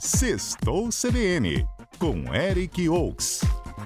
Sextou CBN, com Eric Oaks.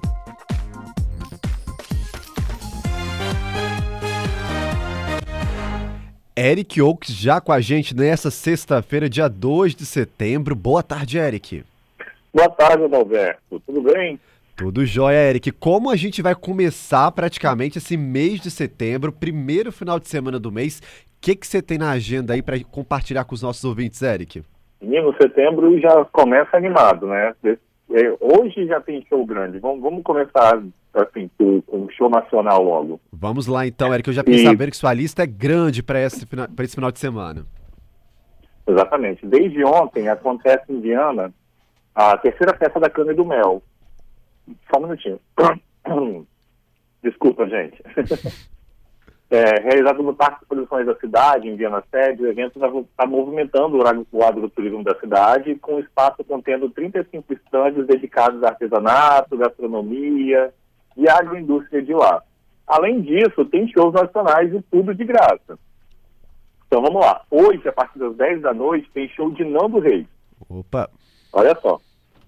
Eric Oaks já com a gente nessa sexta-feira, dia 2 de setembro. Boa tarde, Eric. Boa tarde, Adalberto. Tudo bem? Tudo jóia, Eric. Como a gente vai começar praticamente esse mês de setembro, primeiro final de semana do mês, o que você tem na agenda aí para compartilhar com os nossos ouvintes, Eric? Menino, setembro já começa animado, né? Hoje já tem show grande. Vamos começar assim, com um show nacional logo. Vamos lá então, Eric. Eu já fiquei sabendo que sua lista é grande para esse final de semana. Exatamente. Desde ontem acontece em Viana a terceira festa da Cana e do Mel. Só um minutinho. Desculpa, gente. Realizado no Parque de Exposições da cidade, em Viana Sede, o evento está movimentando o agroturismo da cidade, com um espaço contendo 35 estandes dedicados a artesanato, gastronomia e agroindústria de lá. Além disso, tem shows nacionais e tudo de graça. Então vamos lá. Hoje, a partir das 10 da noite, tem show de Nando Reis. Opa! Olha só.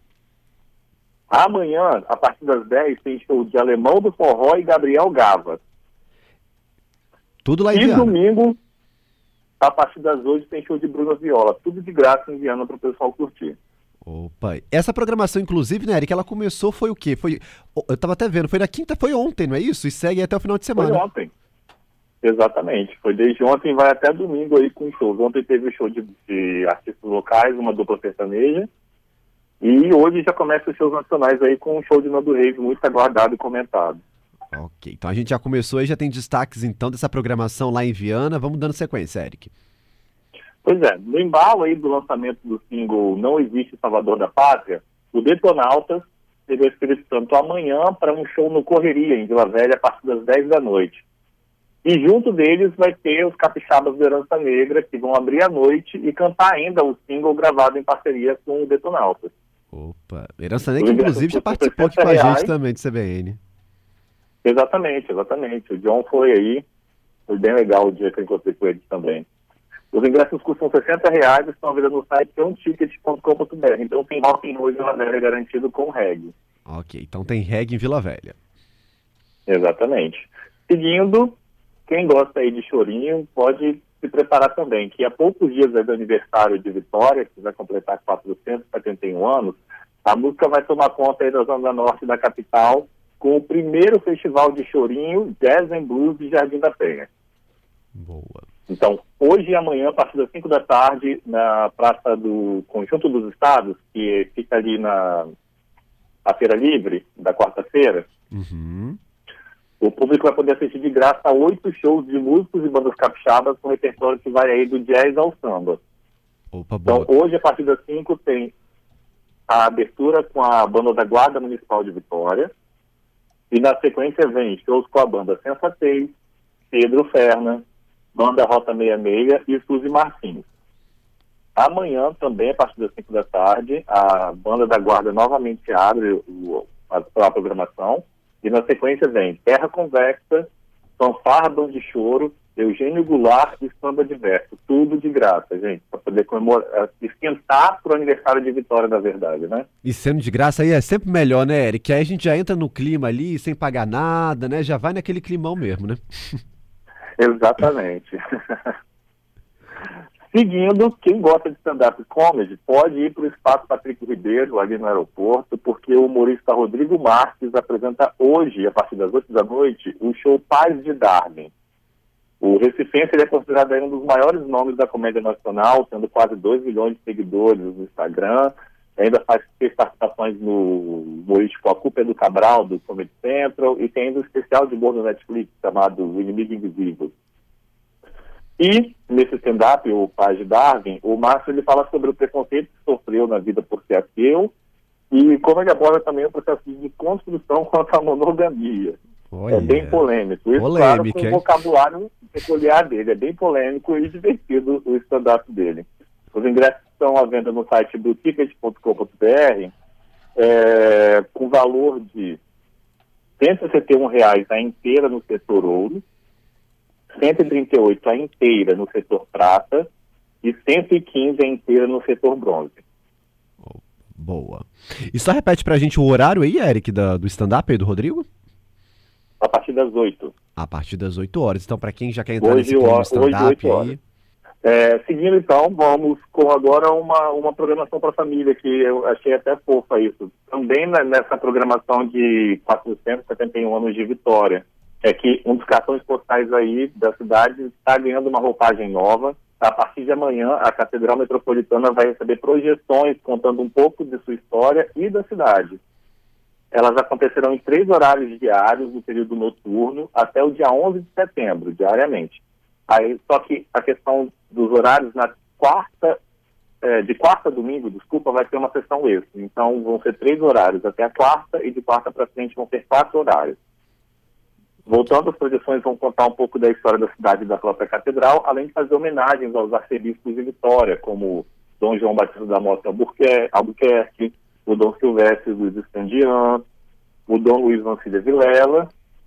Amanhã, a partir das 10, tem show de Alemão do Forró e Gabriel Gava. Tudo lá em E Viana. domingo, a partir das 8, tem show de Bruna Viola. Tudo de graça em Viana para o pessoal curtir. Opa, essa programação, inclusive, né, Eric, ela começou, foi o quê? Eu tava até vendo, foi ontem, não é isso? E segue até o final de semana. Foi ontem. Exatamente. Foi desde ontem, vai até domingo aí com shows. Ontem teve o show de artistas locais, uma dupla sertaneja. E hoje já começa os shows nacionais aí com um show de Nando Reis muito aguardado e comentado. Ok, então a gente já começou aí, já tem destaques então dessa programação lá em Viana. Vamos dando sequência, Eric. Pois é, no embalo aí do lançamento do single Não Existe Salvador da Pátria, o Detonautas teve o Espírito Santo amanhã para um show no Correria, em Vila Velha, a partir das 10 da noite. E junto deles vai ter os Capixabas do Herança Negra, que vão abrir a noite e cantar ainda o single gravado em parceria com o Detonautas. Opa, Herança Negra, inclusive, já participou aqui com a gente também do CBN. Exatamente. O John foi aí, foi bem legal o dia que eu encontrei com ele também. Os ingressos custam R$60, estão à venda no site onticket.com.br. Então tem Rock in Rio Vila Velha garantido com reggae. Ok, então tem reggae em Vila Velha. Exatamente. Seguindo, quem gosta aí de chorinho pode se preparar também, que há poucos dias do aniversário de Vitória, que vai completar 471 anos, a música vai tomar conta aí da Zona Norte da capital, com o primeiro festival de chorinho, Jazz and Blues de Jardim da Penha. Boa. Então, hoje e amanhã, a partir das 5 da tarde, na Praça do Conjunto dos Estados, que fica ali na Feira Livre, da quarta-feira, o público vai poder assistir de graça a 8 shows de músicos e bandas capixabas, com repertório que vai aí do jazz ao samba. Opa, boa. Então, hoje, a partir das 5, tem a abertura com a banda da Guarda Municipal de Vitória, e na sequência vem shows com a banda Sensatez, Pedro Ferna, Banda Rota 66 e Suzy Martins. Amanhã também, a partir das 5 da tarde, a banda da Guarda novamente abre a programação. E na sequência vem Terra Convexa, Fanfarra Band de Choro, Eugênio Goulart e Samba Diverso. Tudo de graça, gente, para poder comemorar, esquentar pro aniversário de Vitória, na verdade, né? E sendo de graça aí é sempre melhor, né, Eric? Aí a gente já entra no clima ali, sem pagar nada, né? Já vai naquele climão mesmo, né? Exatamente. Seguindo, quem gosta de stand-up comedy pode ir para o Espaço Patrick Ribeiro, ali no aeroporto, porque o humorista Rodrigo Marques apresenta hoje, a partir das 8 da noite, o show Paz de Darwin. O recifense ele é considerado um dos maiores nomes da comédia nacional, tendo quase 2 milhões de seguidores no Instagram. Ainda fez participações no humorístico A Culpa é do Cabral, do Comedy Central, e tem ainda um especial de humor no Netflix chamado O Inimigo Invisível. E, nesse stand-up, o Paz de Darwin, o Márcio ele fala sobre o preconceito que sofreu na vida por ser ateu e como ele aborda também o processo de construção contra a monogamia. Olha, é bem polêmico. Isso, polêmico, claro, com o vocabulário peculiar dele. É bem polêmico e divertido o stand-up dele. Os ingressos estão à venda no site do ticket.com.br com valor de R$161 a inteira no setor ouro, 138 a inteira no setor prata e 115 a inteira no setor bronze. Boa. E só repete pra gente o horário aí, Eric, do stand-up aí do Rodrigo? A partir das 8. A partir das 8 horas. Então, pra quem já quer entrar Hoje, nesse clima do hoje 8 stand-up horas. aí... Seguindo então, vamos com agora uma programação para a família, que eu achei até fofa isso. Também nessa programação de 471 anos de Vitória, é que um dos cartões postais aí da cidade está ganhando uma roupagem nova. A partir de amanhã, a Catedral Metropolitana vai receber projeções contando um pouco de sua história e da cidade. Elas acontecerão em 3 horários diários no período noturno até o dia 11 de setembro, diariamente. Aí, só que a questão dos horários na de quarta a domingo, vai ter uma sessão extra. Então vão ser 3 horários até a quarta e de quarta para frente vão ter 4 horários. Voltando, as projeções vão contar um pouco da história da cidade e da própria catedral, além de fazer homenagens aos arcebispos de Vitória, como Dom João Batista da Mota Albuquerque, o Dom Silvestre Luiz Escandian, o Dom Luiz Vancília Vilela.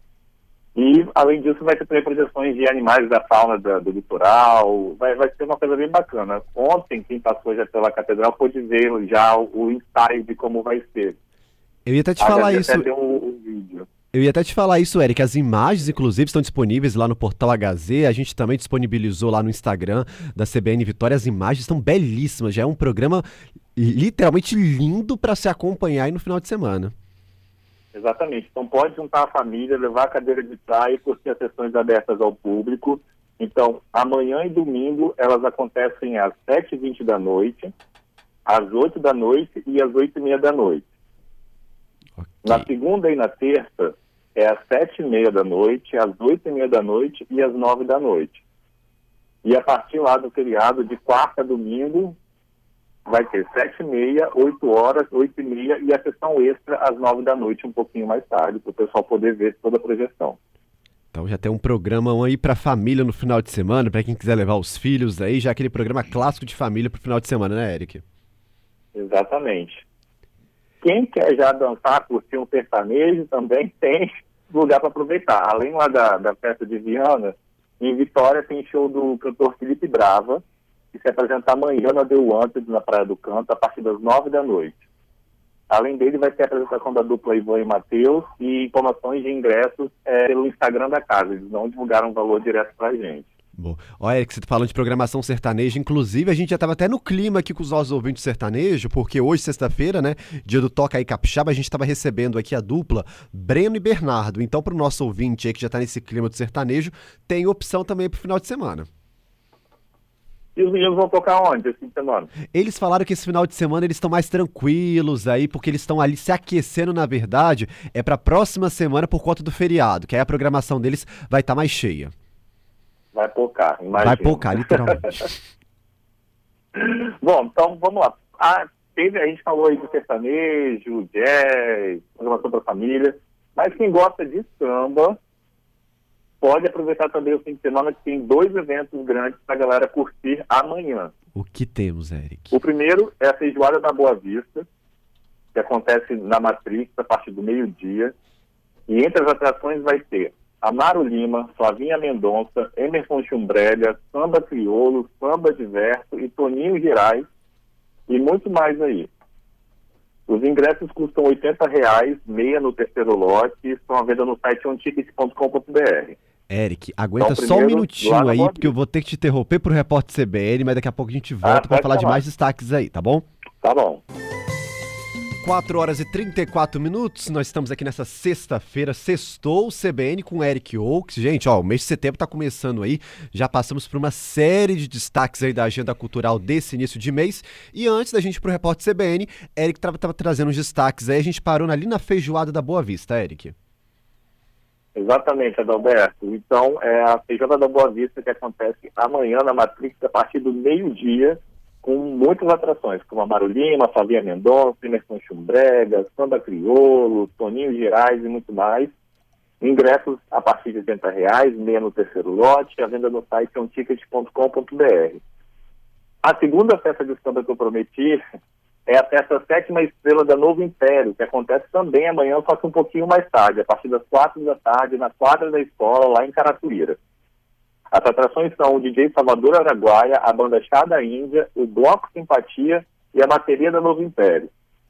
E, além disso, vai ter também projeções de animais da fauna do litoral. Vai ser uma coisa bem bacana. Ontem, quem passou já pela catedral pôde ver já o ensaio de como vai ser. Eu ia até te falar isso. Até deu um vídeo. Eu ia até te falar isso, Eric. As imagens, inclusive, estão disponíveis lá no portal HZ. A gente também disponibilizou lá no Instagram da CBN Vitória. As imagens estão belíssimas. Já é um programa literalmente lindo para se acompanhar aí no final de semana. Exatamente. Então pode juntar a família, levar a cadeira de praia e curtir as sessões abertas ao público. Então, amanhã e domingo elas acontecem às 7h20 da noite, às 8 da noite e às 8h30 da noite. Okay. Na segunda e na terça é às 7h30 da noite, às 8h30 da noite e às 9 da noite. E a partir lá do feriado, de quarta a domingo, vai ter 7h30, 8 horas, 8h30 e a sessão extra às 9 da noite, um pouquinho mais tarde, para o pessoal poder ver toda a projeção. Então já tem um programa aí para família no final de semana, para quem quiser levar os filhos aí, já aquele programa clássico de família para o final de semana, né, Eric? Exatamente. Quem quer já dançar, curtir um sertanejo, também tem lugar para aproveitar. Além lá da festa de Viana, em Vitória tem show do cantor Felipe Brava, que se apresentar amanhã na The Wanted, na Praia do Canto, a partir das 9 da noite. Além dele, vai ter a apresentação da dupla Ivan e Matheus e informações de ingressos pelo Instagram da casa. Eles não divulgaram o valor direto pra gente. Bom, olha, Eric, você tá falando de programação sertaneja, inclusive a gente já estava até no clima aqui com os nossos ouvintes sertanejo, porque hoje, sexta-feira, né, dia do Toca aí Capixaba, a gente estava recebendo aqui a dupla Breno e Bernardo. Então, pro nosso ouvinte aí que já tá nesse clima do sertanejo, tem opção também pro final de semana. E os meninos vão tocar onde, esse semana? Eles falaram que esse final de semana eles estão mais tranquilos aí, porque eles estão ali se aquecendo, na verdade, é pra próxima semana por conta do feriado, que aí a programação deles vai estar mais cheia. Vai pocar, imagina. Vai pocar, literalmente. Bom, então vamos lá. A gente falou aí de sertanejo, jazz, programação pra família, mas quem gosta de samba pode aproveitar também o fim de semana, que tem 2 eventos grandes para a galera curtir amanhã. O que temos, Eric? O primeiro é a Feijoada da Boa Vista, que acontece na Matrix a partir do meio-dia. E entre as atrações vai ter Amaro Lima, Flavinha Mendonça, Emerson Chumbrega, Samba Crioulo, Samba Diverso e Toninho Gerais e muito mais aí. Os ingressos custam R$80, meia no terceiro lote, e estão à venda no site ontickets.com.br. Eric, aguenta então, só um minutinho aí, porque eu vou ter que te interromper pro repórter CBN, mas daqui a pouco a gente volta para falar de mais destaques aí, tá bom? Tá bom. 4 horas e 34 minutos, nós estamos aqui nessa sexta-feira, sextou o CBN com Eric Oaks. Gente, ó, o mês de setembro tá começando aí, já passamos por uma série de destaques aí da agenda cultural desse início de mês, e antes da gente ir pro repórter CBN, Eric tava trazendo uns destaques aí, a gente parou ali na Feijoada da Boa Vista, Eric. Exatamente, Adalberto. Então, é a Feijoada da Boa Vista que acontece amanhã na Matrix, a partir do meio-dia, com muitas atrações, como Amaro Lima, Flavinha Mendonça, Emerson Chumbrega, Samba Crioulo, Toninho Gerais e muito mais. Ingressos a partir de R$80, meia no terceiro lote, a venda no site ontickets.com.br. A segunda festa de samba que eu prometi é a festa Sétima Estrela da Novo Império, que acontece também amanhã, só que um pouquinho mais tarde, a partir das 4 da tarde, na quadra da escola, lá em Carapicuíba. As atrações são o DJ Salvador Araguaia, a banda Chá da Índia, o Bloco Simpatia e a bateria da Novo Império.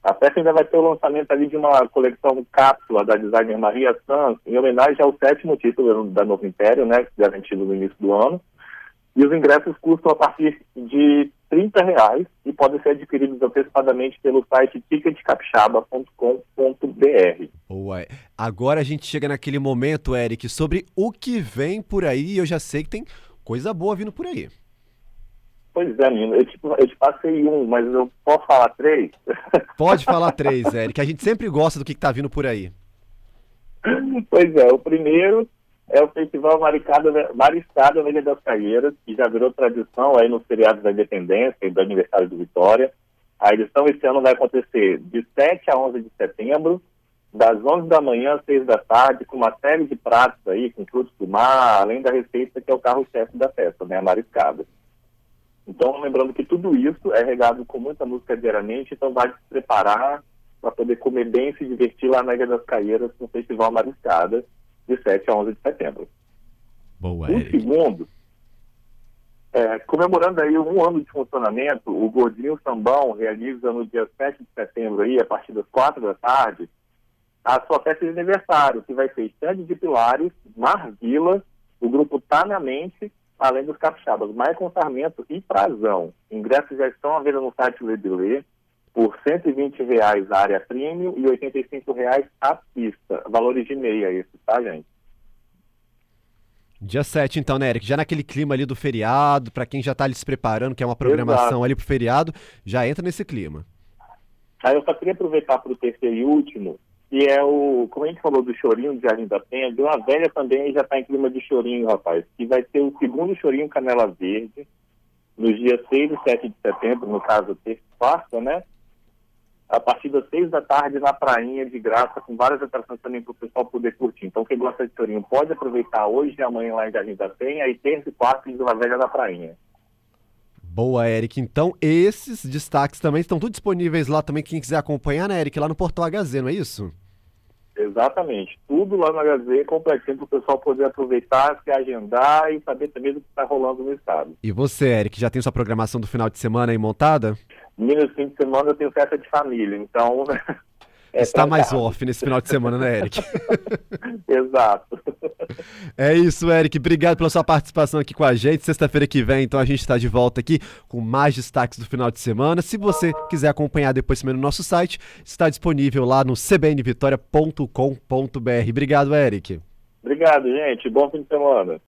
A festa ainda vai ter o lançamento ali de uma coleção cápsula da designer Maria Sanz, em homenagem ao 7º título da Novo Império, né, garantido no início do ano. E os ingressos custam a partir de R$ 30 e podem ser adquiridos antecipadamente pelo site ticketcapixaba.com.br. Boa. Agora a gente chega naquele momento, Eric, sobre o que vem por aí. Eu já sei que tem coisa boa vindo por aí. Pois é, menino. Eu te passei um, mas eu posso falar 3? Pode falar 3, Eric. A gente sempre gosta do que tá vindo por aí. Pois é, o primeiro é o Festival Mariscada na Ilha das Caieiras, que já virou tradição aí nos feriados da Independência e do aniversário do Vitória. A edição esse ano vai acontecer de 7 a 11 de setembro, das 11 da manhã às 6 da tarde, com uma série de pratos aí, com frutos do mar, além da receita que é o carro-chefe da festa, né, a mariscada. Então, lembrando que tudo isso é regado com muita música diariamente, então vai se preparar para poder comer bem e se divertir lá na Ilha das Caieiras no Festival Mariscada, de 7 a 11 de setembro. Boa, O Eric. segundo, comemorando aí 1 ano de funcionamento, o Gordinho Sambão realiza no dia 7 de setembro, aí, a partir das 4 da tarde, a sua festa de aniversário, que vai ter Estande de Pilares, Marvila, o grupo Tá na Mente, além dos capixabas Maicon Sarmento e Prazão. Ingressos já estão à venda no site Lebilê, por R$ 120 a área premium e R$ 85 a pista. Valores de meia esse, tá, gente? Dia 7, então, né, Eric? Já naquele clima ali do feriado, pra quem já tá ali se preparando, que é uma programação Exato. ali pro feriado, já entra nesse clima. Aí eu só queria aproveitar para o terceiro e último, que é como a gente falou do chorinho de Jardim da Penha, de uma velha também já está em clima de chorinho, rapaz, que vai ter o segundo chorinho Canela Verde, nos dias 6 e 7 de setembro, no caso, terça e quarta, né? A partir das 6 da tarde na prainha, de graça, com várias atrações também para o pessoal poder curtir. Então, quem gosta de chorinho pode aproveitar hoje e amanhã lá em Jardim da Penha, e terça e quarta em Vila Velha da Prainha. Boa, Eric. Então, esses destaques também estão tudo disponíveis lá também, quem quiser acompanhar, né, Eric? Lá no Portal HZ, não é isso? Exatamente. Tudo lá no HZ, completinho para o pessoal poder aproveitar, se agendar e saber também do que está rolando no estado. E você, Eric, já tem sua programação do final de semana aí montada? Nesse fim de semana eu tenho festa de família, então... Está mais off nesse final de semana, né, Eric? Exato. É isso, Eric. Obrigado pela sua participação aqui com a gente. Sexta-feira que vem, então, a gente está de volta aqui com mais destaques do final de semana. Se você quiser acompanhar depois também no nosso site, está disponível lá no cbnvitoria.com.br. Obrigado, Eric. Obrigado, gente. Bom fim de semana.